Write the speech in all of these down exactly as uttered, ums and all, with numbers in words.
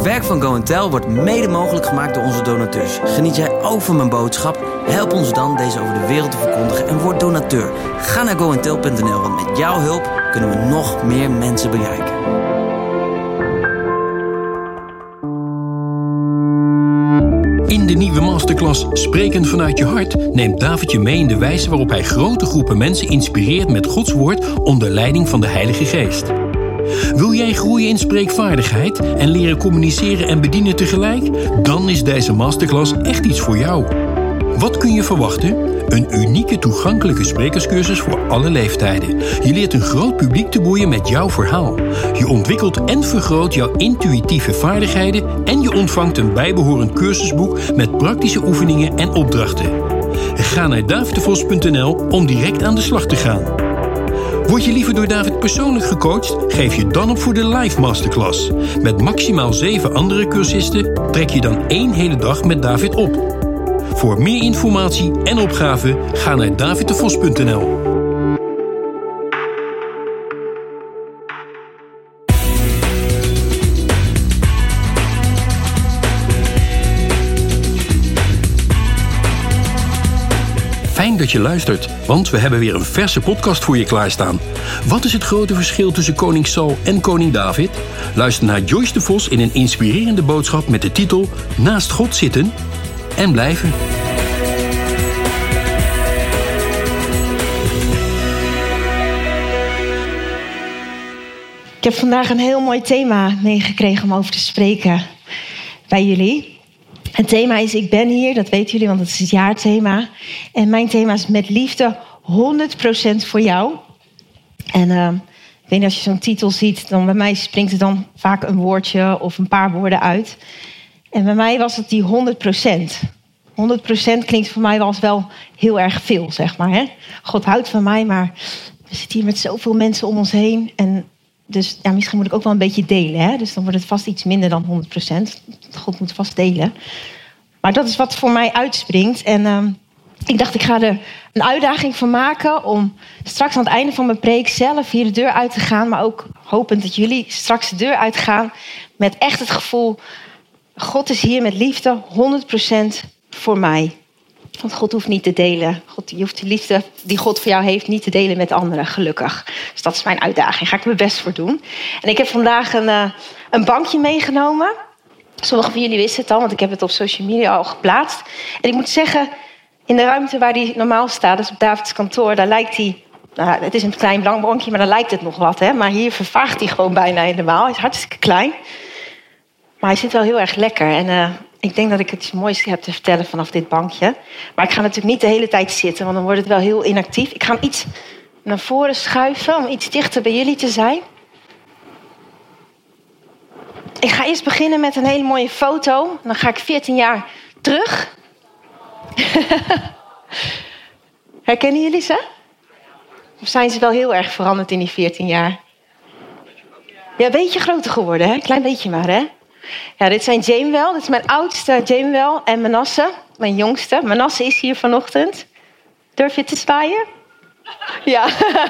Het werk van Go and Tell wordt mede mogelijk gemaakt door onze donateurs. Geniet jij ook van mijn boodschap? Help ons dan deze over de wereld te verkondigen en word donateur. Ga naar go and tell punt n l, want met jouw hulp kunnen we nog meer mensen bereiken. In de nieuwe masterclass Spreken vanuit je hart neemt David je mee in de wijze waarop hij grote groepen mensen inspireert met Gods woord onder leiding van de Heilige Geest. Wil jij groeien in spreekvaardigheid en leren communiceren en bedienen tegelijk? Dan is deze masterclass echt iets voor jou. Wat kun je verwachten? Een unieke toegankelijke sprekerscursus voor alle leeftijden. Je leert een groot publiek te boeien met jouw verhaal. Je ontwikkelt en vergroot jouw intuïtieve vaardigheden en je ontvangt een bijbehorend cursusboek met praktische oefeningen en opdrachten. Ga naar david de vos punt n l om direct aan de slag te gaan. Word je liever door David persoonlijk gecoacht? Geef je dan op voor de live masterclass. Met maximaal zeven andere cursisten trek je dan één hele dag met David op. Voor meer informatie en opgaven ga naar david de vos punt n l. Fijn dat je luistert, want we hebben weer een verse podcast voor je klaarstaan. Wat is het grote verschil tussen koning Saul en koning David? Luister naar Joyce de Vos in een inspirerende boodschap met de titel Naast God zitten en blijven. Ik heb vandaag een heel mooi thema meegekregen om over te spreken bij jullie. Het thema is Ik ben hier, dat weten jullie, want het is het jaarthema. En mijn thema is met liefde honderd procent voor jou. En uh, ik weet niet, als je zo'n titel ziet, dan bij mij springt er dan vaak een woordje of een paar woorden uit. En bij mij was het die honderd procent. honderd procent klinkt voor mij wel, wel heel erg veel, zeg maar. Hè? God houdt van mij, maar we zitten hier met zoveel mensen om ons heen. En dus ja, misschien moet ik ook wel een beetje delen. Hè? Dus dan wordt het vast iets minder dan honderd procent. God moet vast delen. Maar dat is wat voor mij uitspringt. En uh, ik dacht, ik ga er een uitdaging van maken om straks aan het einde van mijn preek zelf hier de deur uit te gaan. Maar ook hopend dat jullie straks de deur uitgaan met echt het gevoel, God is hier met liefde, honderd procent voor mij. Want God hoeft niet te delen. God, je hoeft de liefde die God voor jou heeft niet te delen met anderen, gelukkig. Dus dat is mijn uitdaging. Daar ga ik mijn best voor doen. En ik heb vandaag een, uh, een bankje meegenomen. Sommigen van jullie wisten het al, want ik heb het op social media al geplaatst. En ik moet zeggen, in de ruimte waar die normaal staat, dus op Davids kantoor, daar lijkt hij, nou, het is een klein lang bankje, maar daar lijkt het nog wat. Hè? Maar hier vervaagt hij gewoon bijna helemaal. Hij is hartstikke klein. Maar hij zit wel heel erg lekker. En uh, ik denk dat ik iets moois heb te vertellen vanaf dit bankje. Maar ik ga natuurlijk niet de hele tijd zitten, want dan wordt het wel heel inactief. Ik ga hem iets naar voren schuiven om iets dichter bij jullie te zijn. Ik ga eerst beginnen met een hele mooie foto. Dan ga ik veertien jaar terug. Herkennen jullie ze? Of zijn ze wel heel erg veranderd in die veertien jaar? Ja, een beetje groter geworden, hè? Klein beetje maar, hè? Ja, dit zijn Jamewell. Dit is mijn oudste Jamewell en Manasse, mijn jongste. Manasse is hier vanochtend. Durf je te zwaaien? Ja.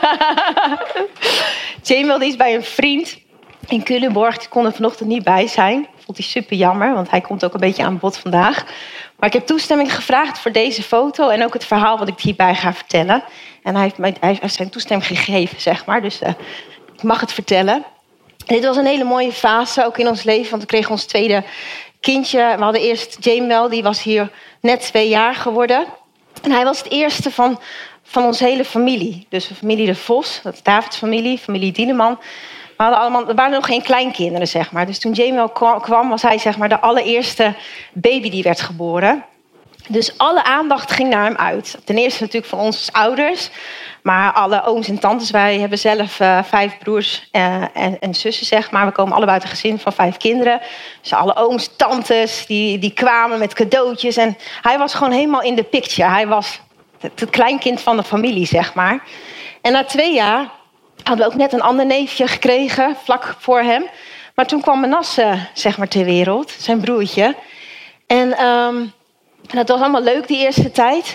Jamewell die is bij een vriend in Culemborg. Die kon er vanochtend niet bij zijn. Vond hij super jammer, want hij komt ook een beetje aan bod vandaag. Maar ik heb toestemming gevraagd voor deze foto en ook het verhaal wat ik hierbij ga vertellen. En hij heeft, mij, hij heeft zijn toestemming gegeven, zeg maar. Dus uh, ik mag het vertellen. En dit was een hele mooie fase, ook in ons leven. Want we kregen ons tweede kindje. We hadden eerst Jamewell, die was hier net twee jaar geworden. En hij was het eerste van, van onze hele familie. Dus de familie de Vos, dat is Davids familie, familie Dieneman. We hadden allemaal, er waren nog geen kleinkinderen, zeg maar. Dus toen Jamewell kwam, was hij zeg maar de allereerste baby die werd geboren. Dus alle aandacht ging naar hem uit. Ten eerste natuurlijk van ons als ouders. Maar alle ooms en tantes, wij hebben zelf uh, vijf broers uh, en, en zussen, zeg maar. We komen allebei uit een gezin van vijf kinderen. Dus alle ooms, tantes, die, die kwamen met cadeautjes. En hij was gewoon helemaal in de picture. Hij was het, het kleinkind van de familie, zeg maar. En na twee jaar hadden we ook net een ander neefje gekregen, vlak voor hem. Maar toen kwam Manasse, zeg maar, ter wereld, zijn broertje. En um, dat was allemaal leuk die eerste tijd.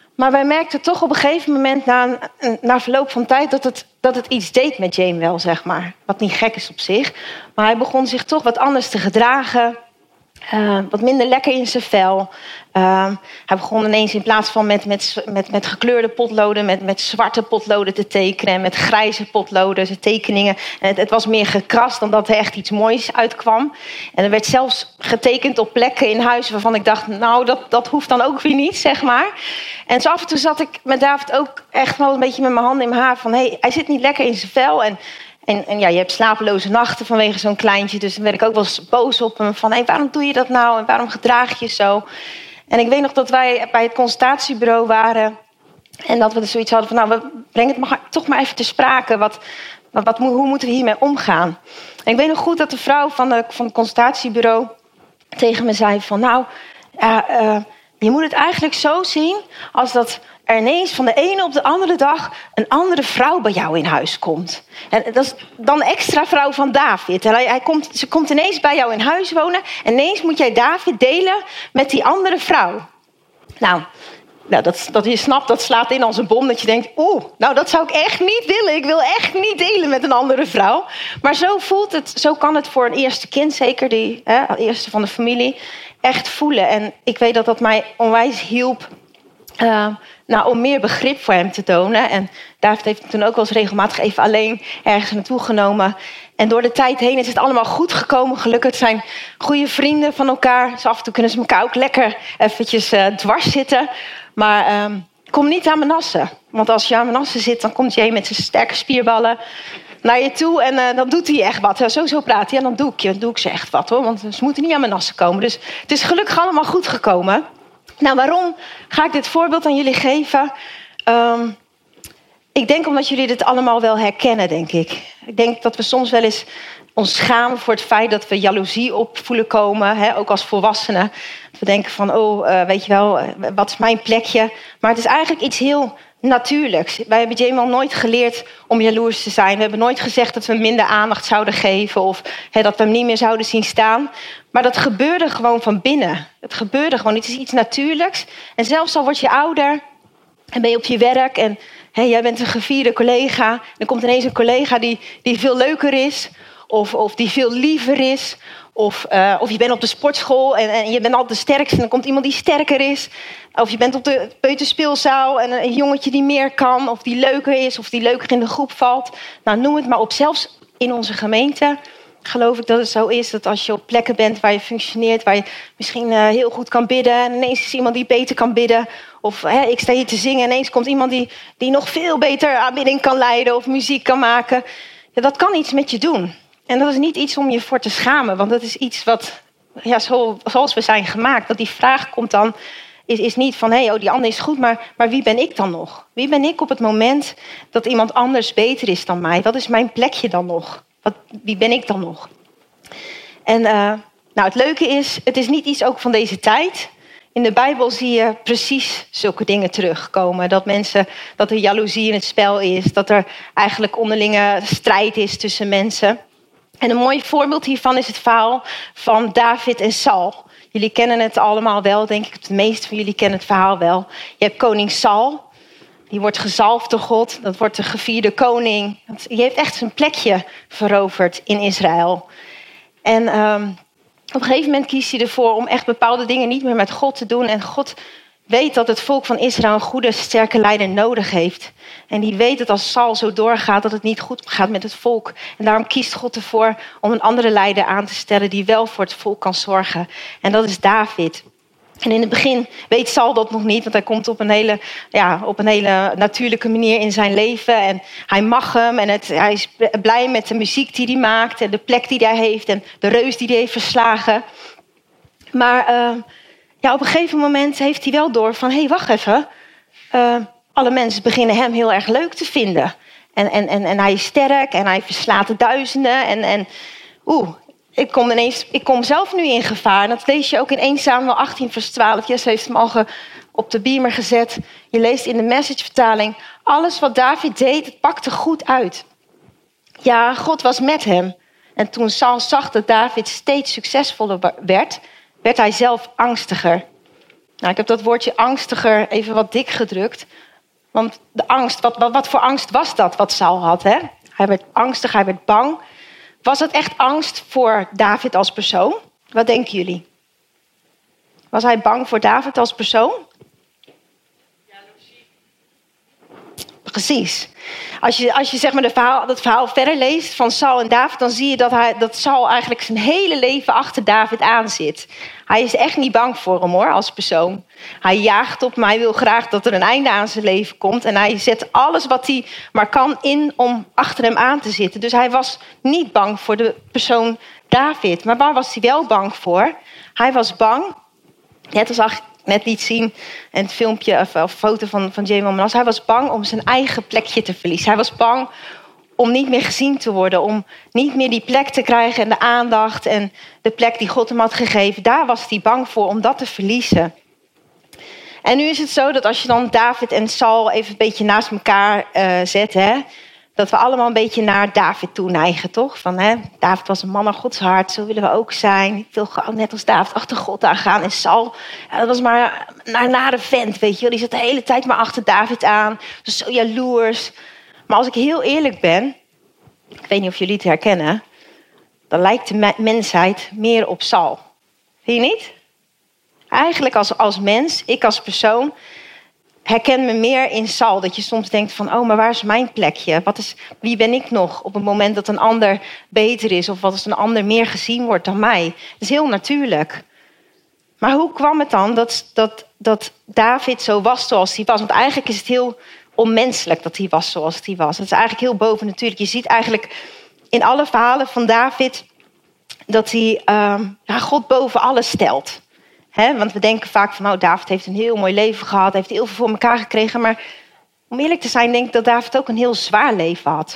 Maar wij merkten toch op een gegeven moment, na, een, na verloop van tijd, dat het, dat het iets deed met Jamie wel, zeg maar. Wat niet gek is op zich. Maar hij begon zich toch wat anders te gedragen. Uh, wat minder lekker in zijn vel. Uh, hij begon ineens in plaats van met, met, met, met gekleurde potloden, met, met zwarte potloden te tekenen. En met grijze potloden, zijn tekeningen. En het, het was meer gekrast dan dat er echt iets moois uitkwam. En er werd zelfs getekend op plekken in huis waarvan ik dacht, nou, dat, dat hoeft dan ook weer niet, zeg maar. En zo af en toe zat ik met David ook echt wel een beetje met mijn handen in mijn haar. Van, hé, hey, hij zit niet lekker in zijn vel. En En, en ja, je hebt slapeloze nachten vanwege zo'n kleintje. Dus dan werd ik ook wel eens boos op hem. Van, hé, hey, waarom doe je dat nou? En waarom gedraag je zo? En ik weet nog dat wij bij het consultatiebureau waren. En dat we dus zoiets hadden van, nou, we brengen het maar, toch maar even te sprake. Wat, wat, wat, hoe moeten we hiermee omgaan? En ik weet nog goed dat de vrouw van, de, van het consultatiebureau tegen me zei van, nou, uh, uh, je moet het eigenlijk zo zien als dat er ineens van de ene op de andere dag een andere vrouw bij jou in huis komt. En dat is dan de extra vrouw van David. En hij, hij komt, ze komt ineens bij jou in huis wonen. En ineens moet jij David delen met die andere vrouw. Nou, nou dat, dat je snapt, dat slaat in als een bom. Dat je denkt, oeh, nou dat zou ik echt niet willen. Ik wil echt niet delen met een andere vrouw. Maar zo voelt het, zo kan het voor een eerste kind zeker, die hè, eerste van de familie, echt voelen. En ik weet dat dat mij onwijs hielp. Uh, nou, om meer begrip voor hem te tonen. En David heeft hem toen ook wel eens regelmatig even alleen ergens naartoe genomen. En door de tijd heen is het allemaal goed gekomen. Gelukkig zijn goede vrienden van elkaar. Dus af en toe kunnen ze elkaar ook lekker eventjes uh, dwars zitten. Maar uh, kom niet aan Manasse. Want als je aan Manasse zit, dan komt Jay met zijn sterke spierballen naar je toe. En uh, dan doet hij echt wat. Zo zo praat hij. En dan doe ik, je, doe ik ze echt wat, hoor. Want ze moeten niet aan Manasse komen. Dus het is gelukkig allemaal goed gekomen. Nou, waarom ga ik dit voorbeeld aan jullie geven? Um, ik denk omdat jullie dit allemaal wel herkennen, denk ik. Ik denk dat we soms wel eens ons schamen voor het feit dat we jaloezie op voelen komen. Hè, ook als volwassenen. We denken van, oh, uh, weet je wel, wat is mijn plekje? Maar het is eigenlijk iets heel natuurlijks. Wij hebben Jamie al nooit geleerd om jaloers te zijn. We hebben nooit gezegd dat we hem minder aandacht zouden geven. Of hè, dat we hem niet meer zouden zien staan. Maar dat gebeurde gewoon van binnen. Het gebeurde gewoon. Het is iets natuurlijks. En zelfs al word je ouder en ben je op je werk en hè, jij bent een gevierde collega. En er komt ineens een collega die, die veel leuker is. Of, of die veel liever is. Of, uh, of je bent op de sportschool en, en je bent altijd de sterkste. En dan komt iemand die sterker is. Of je bent op de peuterspeelzaal en een jongetje die meer kan. Of die leuker is. Of die leuker in de groep valt. Nou, noem het maar op. Zelfs in onze gemeente geloof ik dat het zo is. Dat als je op plekken bent waar je functioneert. Waar je misschien uh, heel goed kan bidden. En ineens is iemand die beter kan bidden. Of hè, ik sta hier te zingen. En ineens komt iemand die, die nog veel beter aanbidding kan leiden. Of muziek kan maken. Ja, dat kan iets met je doen. En dat is niet iets om je voor te schamen. Want dat is iets wat, ja, zo, zoals we zijn gemaakt. Dat die vraag komt dan, is, is niet van, hé, hey, oh, die ander is goed. Maar, maar wie ben ik dan nog? Wie ben ik op het moment dat iemand anders beter is dan mij? Wat is mijn plekje dan nog? Wat, wie ben ik dan nog? En uh, nou, het leuke is, het is niet iets ook van deze tijd. In de Bijbel zie je precies zulke dingen terugkomen. Dat mensen, dat er jaloezie in het spel is. Dat er eigenlijk onderlinge strijd is tussen mensen. En een mooi voorbeeld hiervan is het verhaal van David en Saul. Jullie kennen het allemaal wel, denk ik. De meeste van jullie kennen het verhaal wel. Je hebt koning Saul. Die wordt gezalfd door God. Dat wordt de gevierde koning. Die heeft echt zijn plekje veroverd in Israël. En um, op een gegeven moment kiest hij ervoor om echt bepaalde dingen niet meer met God te doen. En God weet dat het volk van Israël een goede, sterke leider nodig heeft. En die weet dat als Saul zo doorgaat, dat het niet goed gaat met het volk. En daarom kiest God ervoor om een andere leider aan te stellen die wel voor het volk kan zorgen. En dat is David. En in het begin weet Saul dat nog niet, want hij komt op een hele, ja, op een hele natuurlijke manier in zijn leven. En hij mag hem en het, hij is blij met de muziek die hij maakt en de plek die hij heeft en de reus die hij heeft verslagen. Maar uh, ja, op een gegeven moment heeft hij wel door van, hé, hey, wacht even. Uh, alle mensen beginnen hem heel erg leuk te vinden. En, en, en, en hij is sterk en hij verslaat de duizenden. En, en oeh, ik kom, ineens, ik kom zelf nu in gevaar. En dat lees je ook in Eerste Samuel achttien vers twaalf. Jesse heeft hem al ge, op de beamer gezet. Je leest in de Message-vertaling. Alles wat David deed, het pakte goed uit. Ja, God was met hem. En toen Saul zag dat David steeds succesvoller werd, werd hij zelf angstiger. Nou, ik heb dat woordje angstiger even wat dik gedrukt. Want de angst, wat, wat, wat voor angst was dat wat Saul had? Hè? Hij werd angstig, hij werd bang. Was het echt angst voor David als persoon? Wat denken jullie? Was hij bang voor David als persoon? Precies. Als je, als je zeg maar de verhaal, dat verhaal verder leest van Saul en David, dan zie je dat, hij, dat Saul eigenlijk zijn hele leven achter David aan zit. Hij is echt niet bang voor hem hoor, als persoon. Hij jaagt op hem, hij wil graag dat er een einde aan zijn leven komt. En hij zet alles wat hij maar kan in om achter hem aan te zitten. Dus hij was niet bang voor de persoon David. Maar waar was hij wel bang voor? Hij was bang, net als ik net liet zien, en het filmpje of, of foto van, van Jay Manas. Hij was bang om zijn eigen plekje te verliezen. Hij was bang om niet meer gezien te worden. Om niet meer die plek te krijgen en de aandacht en de plek die God hem had gegeven. Daar was hij bang voor om dat te verliezen. En nu is het zo dat als je dan David en Saul even een beetje naast elkaar uh, zet, hè, dat we allemaal een beetje naar David toe neigen, toch? Van, hè, David was een man naar Gods hart, zo willen we ook zijn. Ik wil gewoon net als David achter God aangaan. En Saul, ja, dat was maar een nare vent, weet je wel. Die zat de hele tijd maar achter David aan. Dus zo jaloers. Maar als ik heel eerlijk ben, ik weet niet of jullie het herkennen, dan lijkt de mensheid meer op Saul. Vind je niet? Eigenlijk als, als mens, ik als persoon, herken me meer in Saul. Dat je soms denkt van, oh, maar waar is mijn plekje? Wat is, wie ben ik nog op het moment dat een ander beter is? Of wat als een ander meer gezien wordt dan mij? Dat is heel natuurlijk. Maar hoe kwam het dan dat, dat, dat David zo was zoals hij was? Want eigenlijk is het heel onmenselijk dat hij was zoals hij was. Dat is eigenlijk heel bovennatuurlijk. Je ziet eigenlijk in alle verhalen van David dat hij uh, ja, God boven alles stelt. He, want we denken vaak van, nou, David heeft een heel mooi leven gehad, heeft heel veel voor elkaar gekregen. Maar om eerlijk te zijn, denk ik dat David ook een heel zwaar leven had.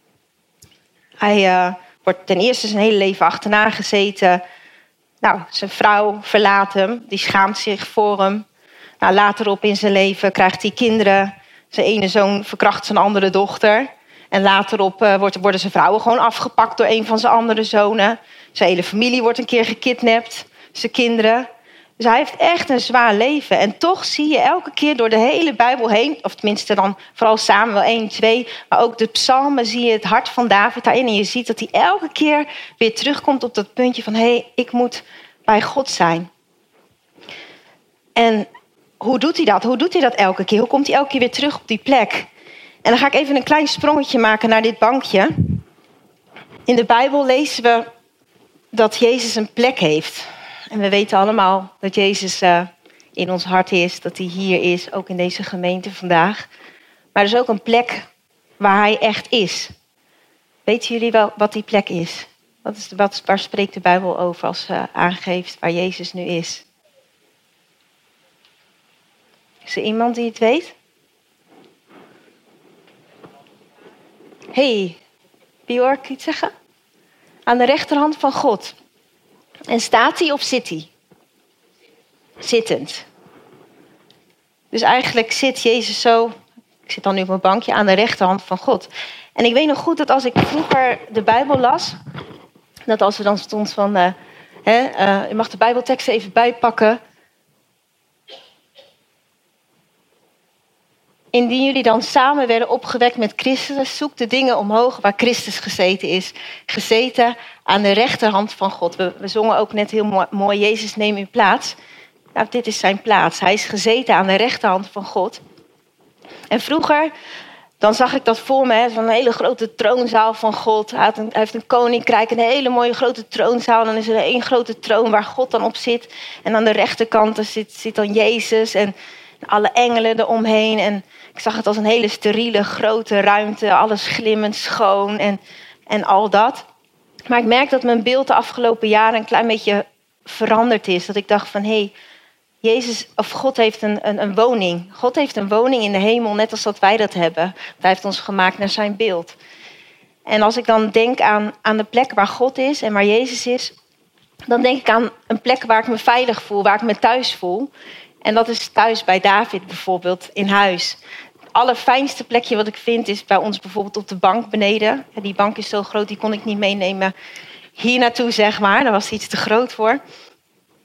Hij uh, wordt ten eerste zijn hele leven achterna gezeten. Nou, zijn vrouw verlaat hem, die schaamt zich voor hem. Nou, later op in zijn leven krijgt hij kinderen. Zijn ene zoon verkracht zijn andere dochter. En later op uh, worden zijn vrouwen gewoon afgepakt door een van zijn andere zonen. Zijn hele familie wordt een keer gekidnapt, zijn kinderen. Dus hij heeft echt een zwaar leven. En toch zie je elke keer door de hele Bijbel heen, of tenminste dan vooral Samuel één, twee, maar ook de psalmen, zie je het hart van David daarin. En je ziet dat hij elke keer weer terugkomt op dat puntje van, hé, hey, ik moet bij God zijn. En hoe doet hij dat? Hoe doet hij dat elke keer? Hoe komt hij elke keer weer terug op die plek? En dan ga ik even een klein sprongetje maken naar dit bankje. In de Bijbel lezen we dat Jezus een plek heeft. En we weten allemaal dat Jezus uh, in ons hart is, dat hij hier is, ook in deze gemeente vandaag. Maar er is ook een plek waar hij echt is. Weten jullie wel wat die plek is? Wat is wat, waar spreekt de Bijbel over als uh, aangeeft waar Jezus nu is? Is er iemand die het weet? Hey, wie hoor ik iets zeggen? Aan de rechterhand van God. En staat hij of zit hij? Zittend. Dus eigenlijk zit Jezus zo, ik zit dan nu op mijn bankje, aan de rechterhand van God. En ik weet nog goed dat als ik vroeger de Bijbel las, dat als er dan stond van, uh, hè, uh, je mag de Bijbelteksten even bijpakken. Indien jullie dan samen werden opgewekt met Christus, zoek de dingen omhoog waar Christus gezeten is. Gezeten aan de rechterhand van God. We, we zongen ook net heel mooi, mooi, Jezus neem uw plaats. Nou, dit is zijn plaats. Hij is gezeten aan de rechterhand van God. En vroeger, dan zag ik dat voor me, hè, van een hele grote troonzaal van God. Hij, had een, hij heeft een koninkrijk, een hele mooie grote troonzaal. Dan is er één grote troon waar God dan op zit. En aan de rechterkant zit, zit dan Jezus en alle engelen eromheen. En ik zag het als een hele steriele, grote ruimte. Alles glimmend, schoon en, en al dat. Maar ik merk dat mijn beeld de afgelopen jaren een klein beetje veranderd is. Dat ik dacht van, hé, hey, Jezus, of God heeft een, een, een woning. God heeft een woning in de hemel, net als dat wij dat hebben. Hij heeft ons gemaakt naar zijn beeld. En als ik dan denk aan, aan de plek waar God is en waar Jezus is, dan denk ik aan een plek waar ik me veilig voel, waar ik me thuis voel. En dat is thuis bij David bijvoorbeeld, in huis. Het allerfijnste plekje wat ik vind is bij ons bijvoorbeeld op de bank beneden. Ja, die bank is zo groot, die kon ik niet meenemen hier naartoe, zeg maar. Daar was iets te groot voor.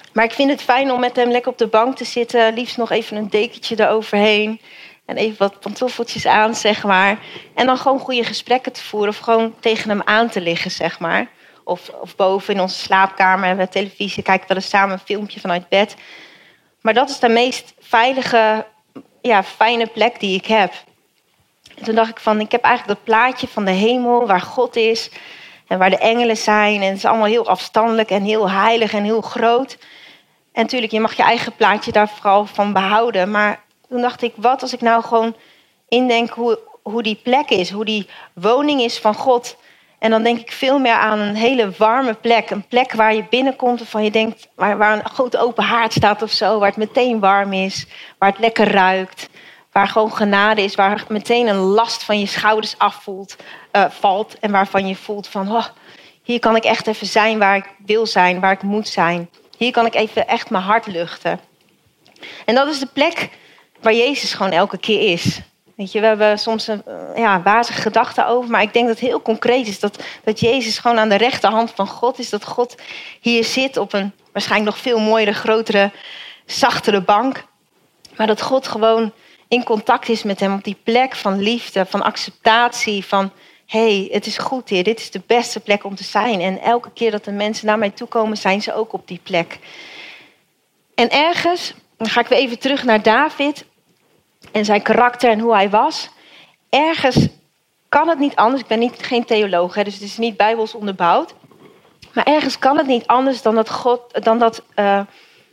Maar ik vind het fijn om met hem lekker op de bank te zitten. Liefst nog even een dekentje eroverheen. En even wat pantoffeltjes aan, zeg maar. En dan gewoon goede gesprekken te voeren. Of gewoon tegen hem aan te liggen, zeg maar. Of, of boven in onze slaapkamer hebben we televisie. Kijken we wel eens samen een filmpje vanuit bed. Maar dat is de meest veilige, ja, fijne plek die ik heb. En toen dacht ik van, ik heb eigenlijk dat plaatje van de hemel waar God is. En waar de engelen zijn. En het is allemaal heel afstandelijk en heel heilig en heel groot. En natuurlijk, je mag je eigen plaatje daar vooral van behouden. Maar toen dacht ik, wat als ik nou gewoon indenk hoe, hoe die plek is. Hoe die woning is van God. En dan denk ik veel meer aan een hele warme plek. Een plek waar je binnenkomt waarvan je denkt, waar, waar een grote open haard staat of zo. Waar het meteen warm is. Waar het lekker ruikt. Waar gewoon genade is. Waar meteen een last van je schouders afvoelt, uh, valt. En waarvan je voelt van, oh, hier kan ik echt even zijn waar ik wil zijn. Waar ik moet zijn. Hier kan ik even echt mijn hart luchten. En dat is de plek waar Jezus gewoon elke keer is. Weet je, we hebben soms een ja, wazige gedachte over. Maar ik denk dat het heel concreet is. Dat, dat Jezus gewoon aan de rechterhand van God is. Dat God hier zit op een waarschijnlijk nog veel mooiere, grotere, zachtere bank. Maar dat God gewoon in contact is met hem op die plek van liefde, van acceptatie, van hé, hey, het is goed hier, dit is de beste plek om te zijn. En elke keer dat de mensen naar mij toe komen, zijn ze ook op die plek. En ergens, dan ga ik weer even terug naar David en zijn karakter en hoe hij was. Ergens kan het niet anders, ik ben niet, geen theoloog, hè, dus het is niet bijbels onderbouwd. Maar ergens kan het niet anders dan dat, God, dan dat, uh,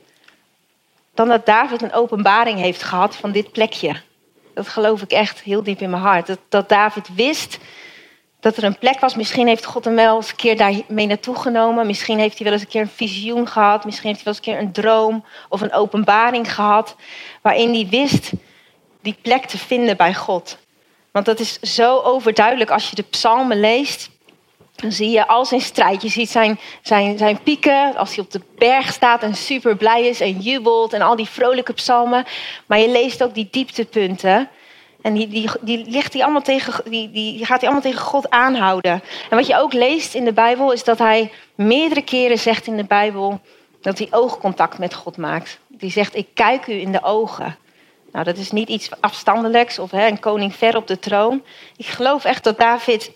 dan dat David een openbaring heeft gehad van dit plekje. Dat geloof ik echt heel diep in mijn hart. Dat, dat David wist dat er een plek was. Misschien heeft God hem wel eens een keer daarmee naartoe genomen. Misschien heeft hij wel eens een keer een visioen gehad. Misschien heeft hij wel eens een keer een droom of een openbaring gehad. Waarin hij wist die plek te vinden bij God. Want dat is zo overduidelijk als je de psalmen leest. Dan zie je al zijn strijd. Je ziet zijn, zijn, zijn pieken als hij op de berg staat en super blij is en jubelt. En al die vrolijke psalmen. Maar je leest ook die dieptepunten. En die, die, die, ligt hij allemaal tegen, die, die gaat hij allemaal tegen God aanhouden. En wat je ook leest in de Bijbel is dat hij meerdere keren zegt in de Bijbel dat hij oogcontact met God maakt. Die zegt, ik kijk u in de ogen. Nou, dat is niet iets afstandelijks of hè, een koning ver op de troon. Ik geloof echt dat David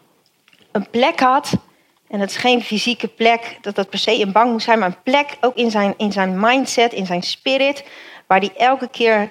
een plek had. En het is geen fysieke plek, dat dat per se een bank moest zijn. Maar een plek ook in zijn, in zijn mindset, in zijn spirit. Waar hij elke keer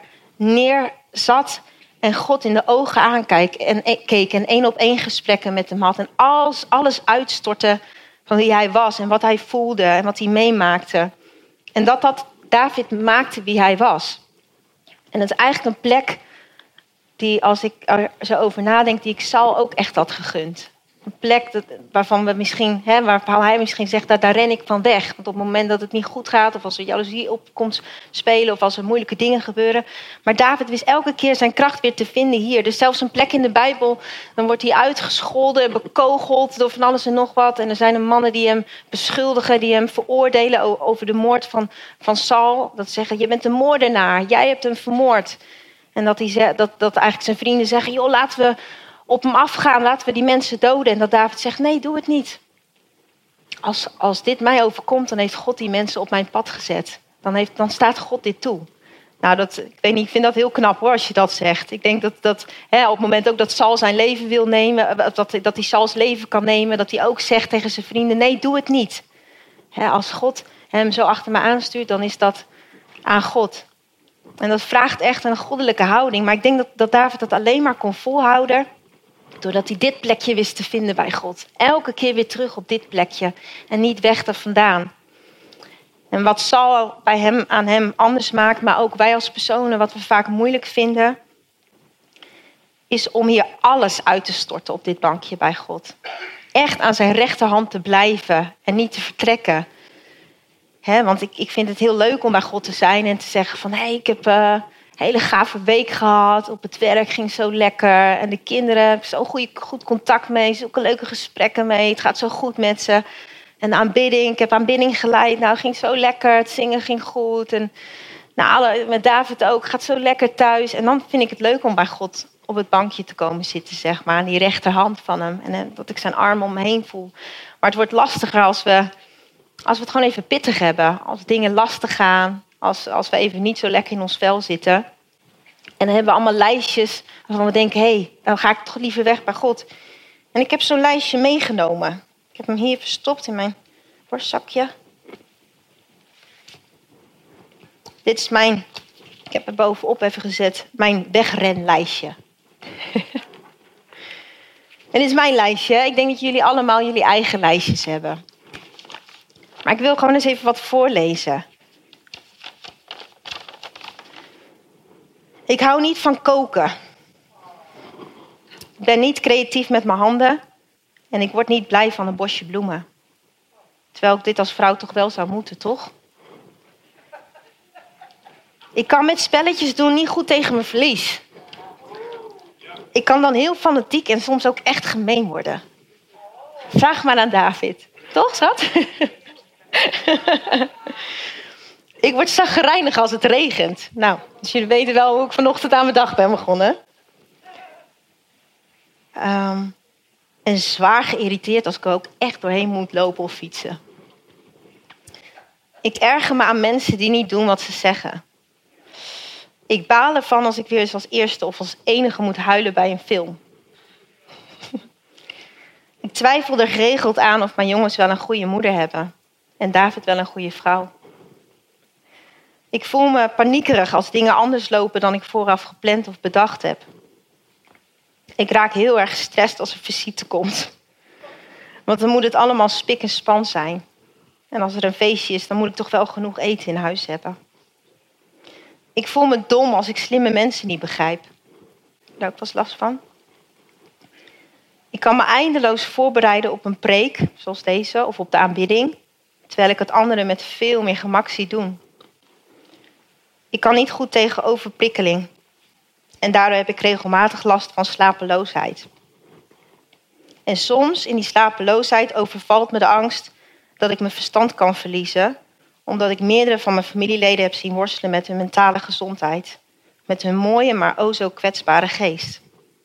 neerzat en God in de ogen aankeek en keek en één op één gesprekken met hem had. En alles, alles uitstortte van wie hij was en wat hij voelde en wat hij meemaakte. En dat dat David maakte wie hij was. En dat is eigenlijk een plek die, als ik er zo over nadenk, die ik Saul ook echt had gegund. Een plek dat, waarvan we misschien, hè, waarvan hij misschien zegt, dat daar ren ik van weg. Want op het moment dat het niet goed gaat, of als er jaloezie opkomt spelen, of als er moeilijke dingen gebeuren. Maar David wist elke keer zijn kracht weer te vinden hier. Dus zelfs een plek in de Bijbel, dan wordt hij uitgescholden, bekogeld door van alles en nog wat. En er zijn er mannen die hem beschuldigen, die hem veroordelen over de moord van, van Saul. Dat zeggen, je bent een moordenaar, jij hebt hem vermoord. En dat, hij, dat, dat eigenlijk zijn vrienden zeggen, joh, laten we op hem afgaan, laten we die mensen doden. En dat David zegt, nee, doe het niet. Als, als dit mij overkomt, dan heeft God die mensen op mijn pad gezet. Dan, heeft, dan staat God dit toe. Nou, dat, ik weet niet, ik vind dat heel knap hoor, als je dat zegt. Ik denk dat, dat hè, op het moment ook dat Saul zijn leven wil nemen, dat, dat hij Sauls leven kan nemen, dat hij ook zegt tegen zijn vrienden, nee, doe het niet. Hè, als God hem zo achter me aanstuurt, dan is dat aan God. En dat vraagt echt een goddelijke houding. Maar ik denk dat, dat David dat alleen maar kon volhouden doordat hij dit plekje wist te vinden bij God. Elke keer weer terug op dit plekje. En niet weg er vandaan. En wat Saul bij hem, aan hem anders maakt, maar ook wij als personen, wat we vaak moeilijk vinden, is om hier alles uit te storten op dit bankje bij God. Echt aan zijn rechterhand te blijven en niet te vertrekken. He, want ik, ik vind het heel leuk om bij God te zijn en te zeggen van, hé, hey, ik heb uh, een hele gave week gehad. Op het werk ging zo lekker. En de kinderen heb ik zo goed, goed contact mee. Zulke leuke gesprekken mee. Het gaat zo goed met ze. En de aanbidding, ik heb aanbidding geleid. Nou, het ging zo lekker. Het zingen ging goed. En nou, met David ook. Het gaat zo lekker thuis. En dan vind ik het leuk om bij God op het bankje te komen zitten, zeg maar. Aan die rechterhand van hem. En dat ik zijn arm om me heen voel. Maar het wordt lastiger als we Als we het gewoon even pittig hebben. Als dingen lastig gaan. Als, als we even niet zo lekker in ons vel zitten. En dan hebben we allemaal lijstjes waarvan we denken... hé, hey, dan ga ik toch liever weg bij God. En ik heb zo'n lijstje meegenomen. Ik heb hem hier verstopt in mijn borstzakje. Dit is mijn... Ik heb er bovenop even gezet. Mijn wegrenlijstje. En dit is mijn lijstje. Ik denk dat jullie allemaal jullie eigen lijstjes hebben. Maar ik wil gewoon eens even wat voorlezen. Ik hou niet van koken. Ik ben niet creatief met mijn handen. En ik word niet blij van een bosje bloemen. Terwijl ik dit als vrouw toch wel zou moeten, toch? Ik kan met spelletjes doen niet goed tegen mijn verlies. Ik kan dan heel fanatiek en soms ook echt gemeen worden. Vraag maar aan David. Toch, schat? Ik word chagrijnig als het regent. Nou, dus jullie weten wel hoe ik vanochtend aan mijn dag ben begonnen. Um, en zwaar geïrriteerd als ik er ook echt doorheen moet lopen of fietsen. Ik erger me aan mensen die niet doen wat ze zeggen. Ik baal ervan als ik weer eens als eerste of als enige moet huilen bij een film. Ik twijfel er geregeld aan of mijn jongens wel een goede moeder hebben. En David wel een goede vrouw. Ik voel me paniekerig als dingen anders lopen dan ik vooraf gepland of bedacht heb. Ik raak heel erg gestrest als er visite komt. Want dan moet het allemaal spik en span zijn. En als er een feestje is, dan moet ik toch wel genoeg eten in huis hebben. Ik voel me dom als ik slimme mensen niet begrijp. Daar heb ik pas last van. Ik kan me eindeloos voorbereiden op een preek, zoals deze, of op de aanbidding. Terwijl ik het anderen met veel meer gemak zie doen. Ik kan niet goed tegen overprikkeling. En daardoor heb ik regelmatig last van slapeloosheid. En soms in die slapeloosheid overvalt me de angst dat ik mijn verstand kan verliezen, omdat ik meerdere van mijn familieleden heb zien worstelen met hun mentale gezondheid. Met hun mooie, maar o zo kwetsbare geest.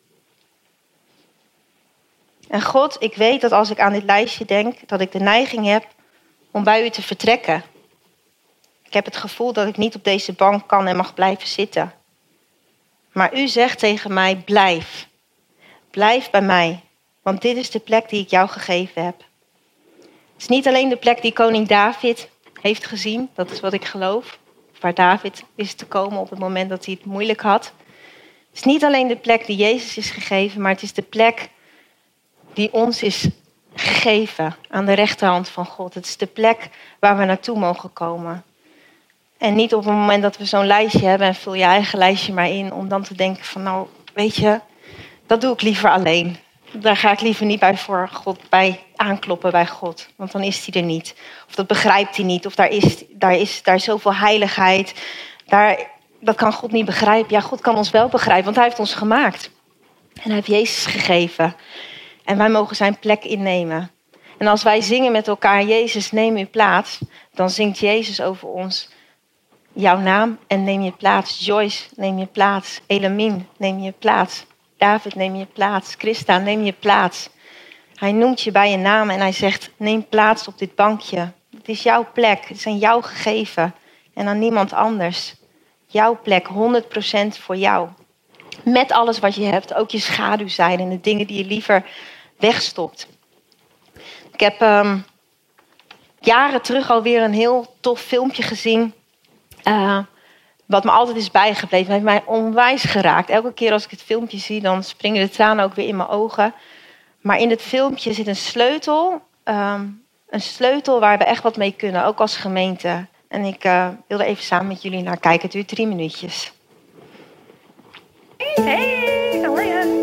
En God, ik weet dat als ik aan dit lijstje denk, dat ik de neiging heb om bij u te vertrekken. Ik heb het gevoel dat ik niet op deze bank kan en mag blijven zitten. Maar u zegt tegen mij, blijf. Blijf bij mij, want dit is de plek die ik jou gegeven heb. Het is niet alleen de plek die koning David heeft gezien, dat is wat ik geloof. Waar David wist te komen op het moment dat hij het moeilijk had. Het is niet alleen de plek die Jezus is gegeven, maar het is de plek die ons is gegeven aan de rechterhand van God. Het is de plek waar we naartoe mogen komen. En niet op het moment dat we zo'n lijstje hebben en vul je eigen lijstje maar in, om dan te denken van nou, weet je, dat doe ik liever alleen. Daar ga ik liever niet bij voor God bij aankloppen bij God. Want dan is hij er niet. Of dat begrijpt hij niet. Of daar is, daar is, daar is zoveel heiligheid. Daar, dat kan God niet begrijpen. Ja, God kan ons wel begrijpen, want hij heeft ons gemaakt. En hij heeft Jezus gegeven. En wij mogen zijn plek innemen. En als wij zingen met elkaar, Jezus, neem uw plaats, dan zingt Jezus over ons jouw naam en neem je plaats. Joyce, neem je plaats. Elamin, neem je plaats. David, neem je plaats. Christa, neem je plaats. Hij noemt je bij je naam en hij zegt, neem plaats op dit bankje. Het is jouw plek, het is aan jou gegeven en aan niemand anders. Jouw plek, honderd procent voor jou. Met alles wat je hebt, ook je schaduwzijde en de dingen die je liever wegstopt. Ik heb um, jaren terug alweer een heel tof filmpje gezien. Uh, wat me altijd is bijgebleven. Het heeft mij onwijs geraakt. Elke keer als ik het filmpje zie, dan springen de tranen ook weer in mijn ogen. Maar in het filmpje zit een sleutel. Um, een sleutel waar we echt wat mee kunnen, ook als gemeente. En ik uh, wil er even samen met jullie naar kijken. Het duurt drie minuutjes. Hey, how are you?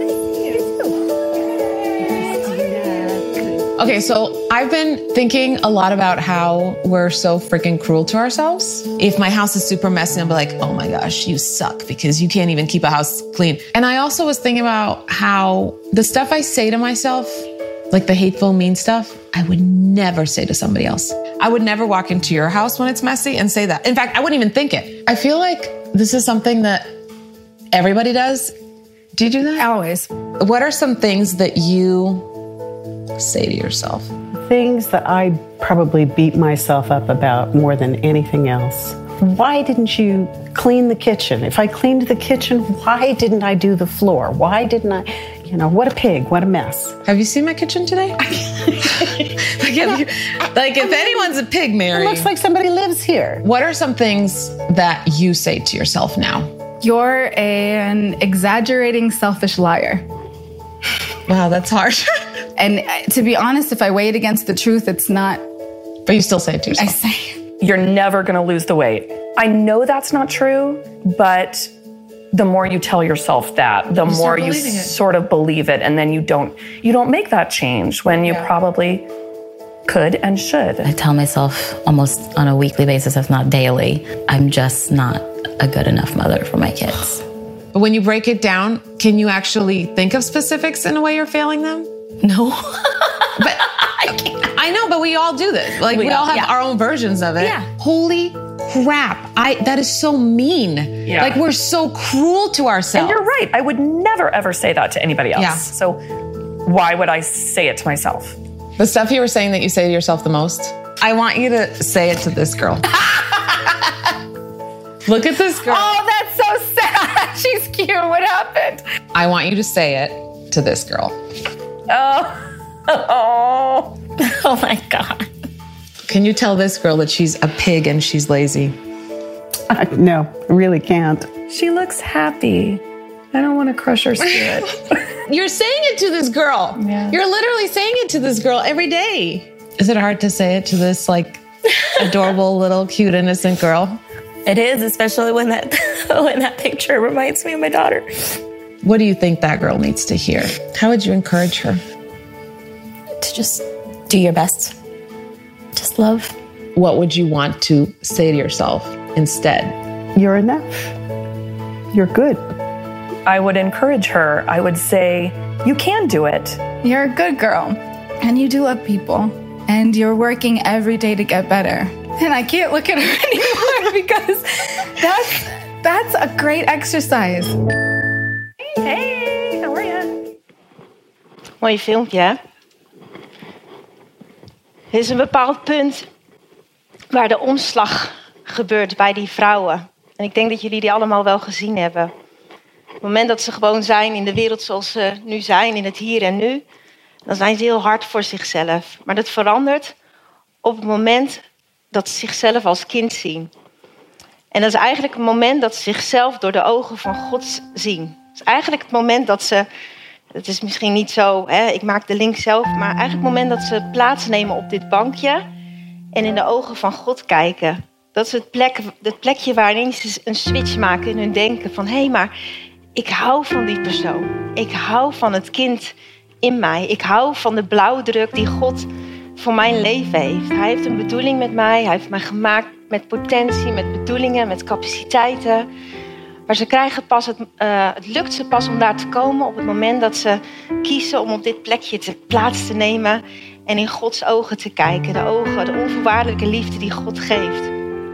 Okay, so I've been thinking a lot about how we're so freaking cruel to ourselves. If my house is super messy, I'll be like, oh my gosh, you suck because you can't even keep a house clean. And I also was thinking about how the stuff I say to myself, like the hateful, mean stuff, I would never say to somebody else. I would never walk into your house when it's messy and say that. In fact, I wouldn't even think it. I feel like this is something that everybody does. Do you do that? Always. What are some things that you say to yourself? things that I probably beat myself up about more than anything else. Why didn't you clean the kitchen? If I cleaned the kitchen, why didn't I do the floor? Why didn't I, you know, what a pig, what a mess. Have you seen my kitchen today? like, have you, like, if anyone's a pig, Mary. It looks like somebody lives here. What are some things that you say to yourself now? You're an exaggerating, selfish liar. Wow, that's harsh. And to be honest, if I weigh it against the truth, it's not. But you still say it to yourself. I say it. You're never going to lose the weight. I know that's not true, but the more you tell yourself that, the you more you it. sort of believe it, and then you don't you don't make that change when you yeah. probably could and should. I tell myself almost on a weekly basis, if not daily, I'm just not a good enough mother for my kids. But when you break it down, can you actually think of specifics in a way you're failing them? No. But I can't. I know, but we all do this. Like, we, we all have yeah. our own versions of it. Yeah. Holy crap. I that is so mean. Yeah. Like, we're so cruel to ourselves. And you're right. I would never, ever say that to anybody else. Yeah. So why would I say it to myself? The stuff you were saying that you say to yourself the most, I want you to say it to this girl. Look at this girl. Oh, that's so sad. She's cute. What happened? I want you to say it to this girl. Oh. Oh. Oh my God. Can you tell this girl that she's a pig and she's lazy? Uh, no, I really can't. She looks happy. I don't want to crush her spirit. You're saying it to this girl. Yeah. You're literally saying it to this girl every day. Is it hard to say it to this, like, adorable little cute innocent girl? It is, especially when that when that picture reminds me of my daughter. What do you think that girl needs to hear? How would you encourage her? To just do your best. Just love. What would you want to say to yourself instead? You're enough. You're good. I would encourage her. I would say, you can do it. You're a good girl, and you do love people, and you're working every day to get better. And I can't look at her anymore because that's that's a great exercise. Hey, how are you? Mooi filmpje, hè? Er is een bepaald punt waar de omslag gebeurt bij die vrouwen. En ik denk dat jullie die allemaal wel gezien hebben. Op het moment dat ze gewoon zijn in de wereld zoals ze nu zijn, in het hier en nu, dan zijn ze heel hard voor zichzelf. Maar dat verandert op het moment dat ze zichzelf als kind zien. En dat is eigenlijk het moment dat ze zichzelf door de ogen van God zien. Het is eigenlijk het moment dat ze, het is misschien niet zo, hè, ik maak de link zelf, maar eigenlijk het moment dat ze plaatsnemen op dit bankje en in de ogen van God kijken. Dat is het, plek, het plekje waarin ze een switch maken in hun denken van, hé, hey, maar ik hou van die persoon. Ik hou van het kind in mij. Ik hou van de blauwdruk die God voor mijn leven heeft. Hij heeft een bedoeling met mij. Hij heeft mij gemaakt met potentie, met bedoelingen, met capaciteiten. Maar ze krijgen pas het, uh, het lukt ze pas om daar te komen op het moment dat ze kiezen om op dit plekje te, plaats te nemen en in Gods ogen te kijken. De ogen, de onvoorwaardelijke liefde die God geeft.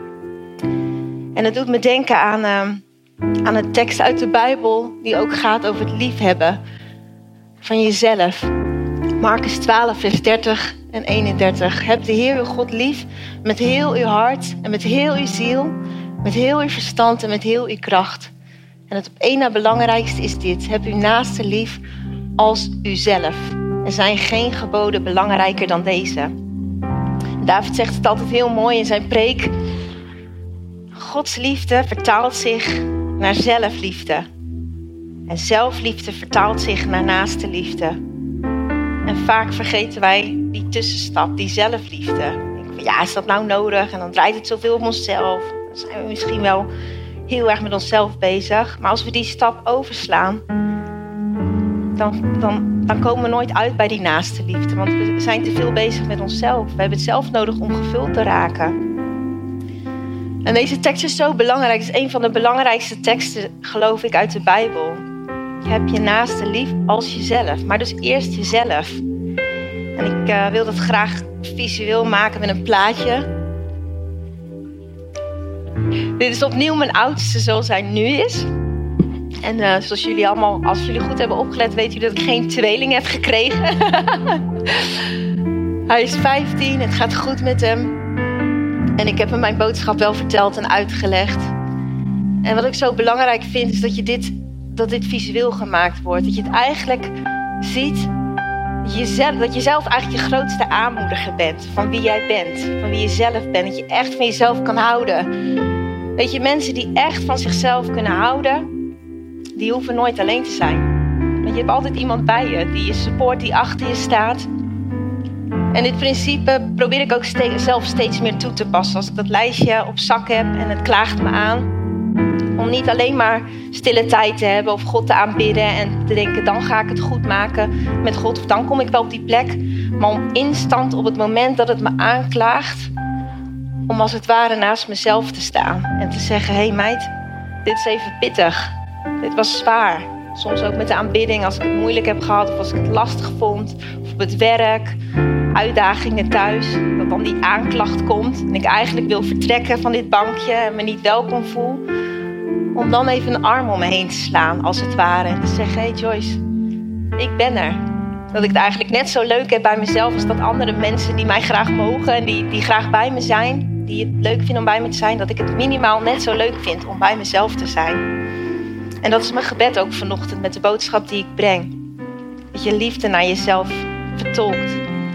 En het doet me denken aan, uh, aan een tekst uit de Bijbel die ook gaat over het liefhebben van jezelf. Marcus twaalf, vers dertig en eenendertig. Heb de Heer uw God lief met heel uw hart en met heel uw ziel, met heel uw verstand en met heel uw kracht. En het op één na belangrijkste is dit. Heb uw naaste lief als uzelf. Er zijn geen geboden belangrijker dan deze. David zegt het altijd heel mooi in zijn preek. Gods liefde vertaalt zich naar zelfliefde. En zelfliefde vertaalt zich naar naaste liefde. En vaak vergeten wij die tussenstap, die zelfliefde. Denk van, ja, is dat nou nodig? En dan draait het zoveel om onszelf. Dan zijn we misschien wel heel erg met onszelf bezig. Maar als we die stap overslaan, dan, dan, dan komen we nooit uit bij die naaste liefde. Want we zijn te veel bezig met onszelf. We hebben het zelf nodig om gevuld te raken. En deze tekst is zo belangrijk. Het is een van de belangrijkste teksten, geloof ik, uit de Bijbel. Je hebt je naaste lief als jezelf. Maar dus eerst jezelf. En ik uh, wil dat graag visueel maken met een plaatje. Dit is opnieuw mijn oudste zoals hij nu is. En uh, zoals jullie allemaal, als jullie goed hebben opgelet, weten jullie dat ik geen tweeling heb gekregen. Hij is vijftien, het gaat goed met hem. En ik heb hem mijn boodschap wel verteld en uitgelegd. En wat ik zo belangrijk vind, is dat, je dit, dat dit visueel gemaakt wordt. Dat je het eigenlijk ziet, jezelf, dat je zelf eigenlijk je grootste aanmoediger bent. Van wie jij bent, van wie je zelf bent. Dat je echt van jezelf kan houden. Weet je, mensen die echt van zichzelf kunnen houden, die hoeven nooit alleen te zijn. Want je hebt altijd iemand bij je, die je support, die achter je staat. En dit principe probeer ik ook steeds, zelf steeds meer toe te passen. Als ik dat lijstje op zak heb en het klaagt me aan. Om niet alleen maar stille tijd te hebben of God te aanbidden en te denken, dan ga ik het goed maken met God. Of dan kom ik wel op die plek. Maar om instant op het moment dat het me aanklaagt, om als het ware naast mezelf te staan. En te zeggen, hé hey meid, dit is even pittig. Dit was zwaar. Soms ook met de aanbidding, als ik het moeilijk heb gehad of als ik het lastig vond. Of op het werk, uitdagingen thuis. Dat dan die aanklacht komt en ik eigenlijk wil vertrekken van dit bankje en me niet welkom voel. Om dan even een arm om me heen te slaan, als het ware. En te zeggen, hé hey Joyce, ik ben er. Dat ik het eigenlijk net zo leuk heb bij mezelf als dat andere mensen die mij graag mogen en die, die graag bij me zijn. Die het leuk vinden om bij me te zijn. Dat ik het minimaal net zo leuk vind om bij mezelf te zijn. En dat is mijn gebed ook vanochtend met de boodschap die ik breng. Dat je liefde naar jezelf vertolkt.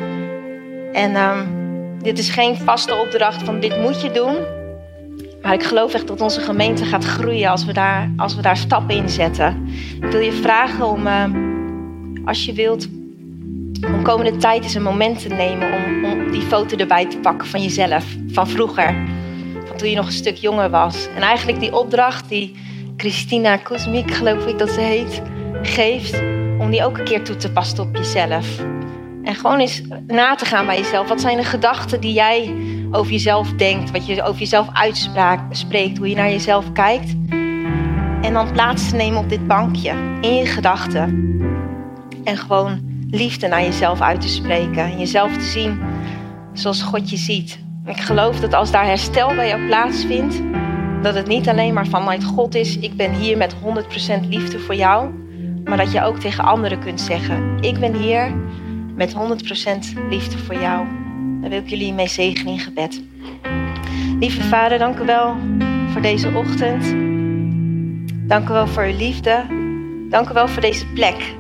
En um, dit is geen vaste opdracht van dit moet je doen. Maar ik geloof echt dat onze gemeente gaat groeien als we daar, als we daar stappen in zetten. Ik wil je vragen om, uh, als je wilt, om komende tijd eens een moment te nemen om, om die foto erbij te pakken van jezelf. Van vroeger. Van toen je nog een stuk jonger was. En eigenlijk die opdracht die Christina Kuzmik, geloof ik dat ze heet, geeft. Om die ook een keer toe te passen op jezelf. En gewoon eens na te gaan bij jezelf. Wat zijn de gedachten die jij over jezelf denkt? Wat je over jezelf uitspreekt. Hoe je naar jezelf kijkt. En dan plaats te nemen op dit bankje. In je gedachten. En gewoon liefde naar jezelf uit te spreken. En jezelf te zien zoals God je ziet. En ik geloof dat als daar herstel bij jou plaatsvindt. Dat het niet alleen maar vanuit God is. Ik ben hier met honderd procent liefde voor jou. Maar dat je ook tegen anderen kunt zeggen. Ik ben hier met honderd procent liefde voor jou. Daar wil ik jullie mee zegenen in gebed. Lieve Vader, dank u wel voor deze ochtend. Dank u wel voor uw liefde. Dank u wel voor deze plek.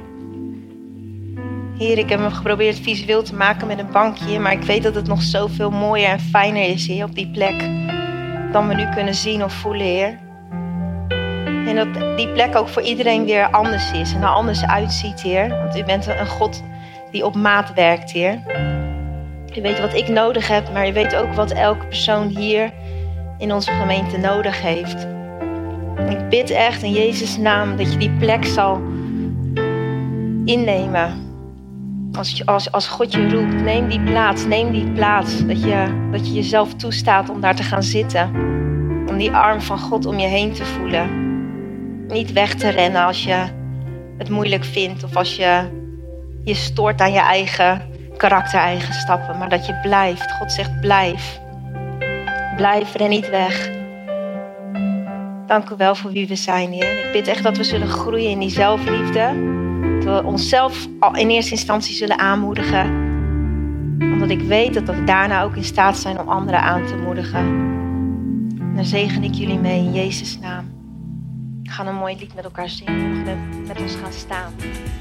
Heer, ik heb hem geprobeerd visueel te maken met een bankje. Maar ik weet dat het nog zoveel mooier en fijner is, Heer, op die plek. Dan we nu kunnen zien of voelen, Heer. En dat die plek ook voor iedereen weer anders is. En er anders uitziet, Heer. Want u bent een God die op maat werkt, Heer. U weet wat ik nodig heb, maar u weet ook wat elke persoon hier in onze gemeente nodig heeft. En ik bid echt in Jezus' naam dat je die plek zal innemen. Als, je, als, als God je roept, neem die plaats, neem die plaats. Dat je, dat je jezelf toestaat om daar te gaan zitten. Om die arm van God om je heen te voelen. Niet weg te rennen als je het moeilijk vindt of als je je stoort aan je eigen karaktereigenschappen, maar dat je blijft. God zegt blijf. Blijf, ren niet weg. Dank u wel voor wie we zijn, Heer. Ik bid echt dat we zullen groeien in die zelfliefde. Dat we onszelf al in eerste instantie zullen aanmoedigen. Omdat ik weet dat we daarna ook in staat zijn om anderen aan te moedigen. En dan zegen ik jullie mee in Jezus' naam. We gaan een mooi lied met elkaar zingen. We met ons gaan staan.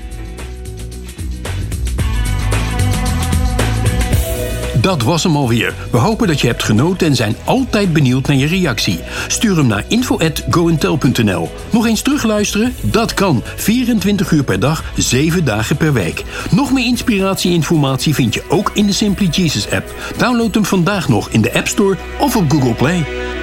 Dat was hem alweer. We hopen dat je hebt genoten en zijn altijd benieuwd naar je reactie. Stuur hem naar info at go and tell punt n l. Nog eens terugluisteren? Dat kan. vierentwintig uur per dag, zeven dagen per week. Nog meer inspiratie en informatie vind je ook in de Simply Jesus app. Download hem vandaag nog in de App Store of op Google Play.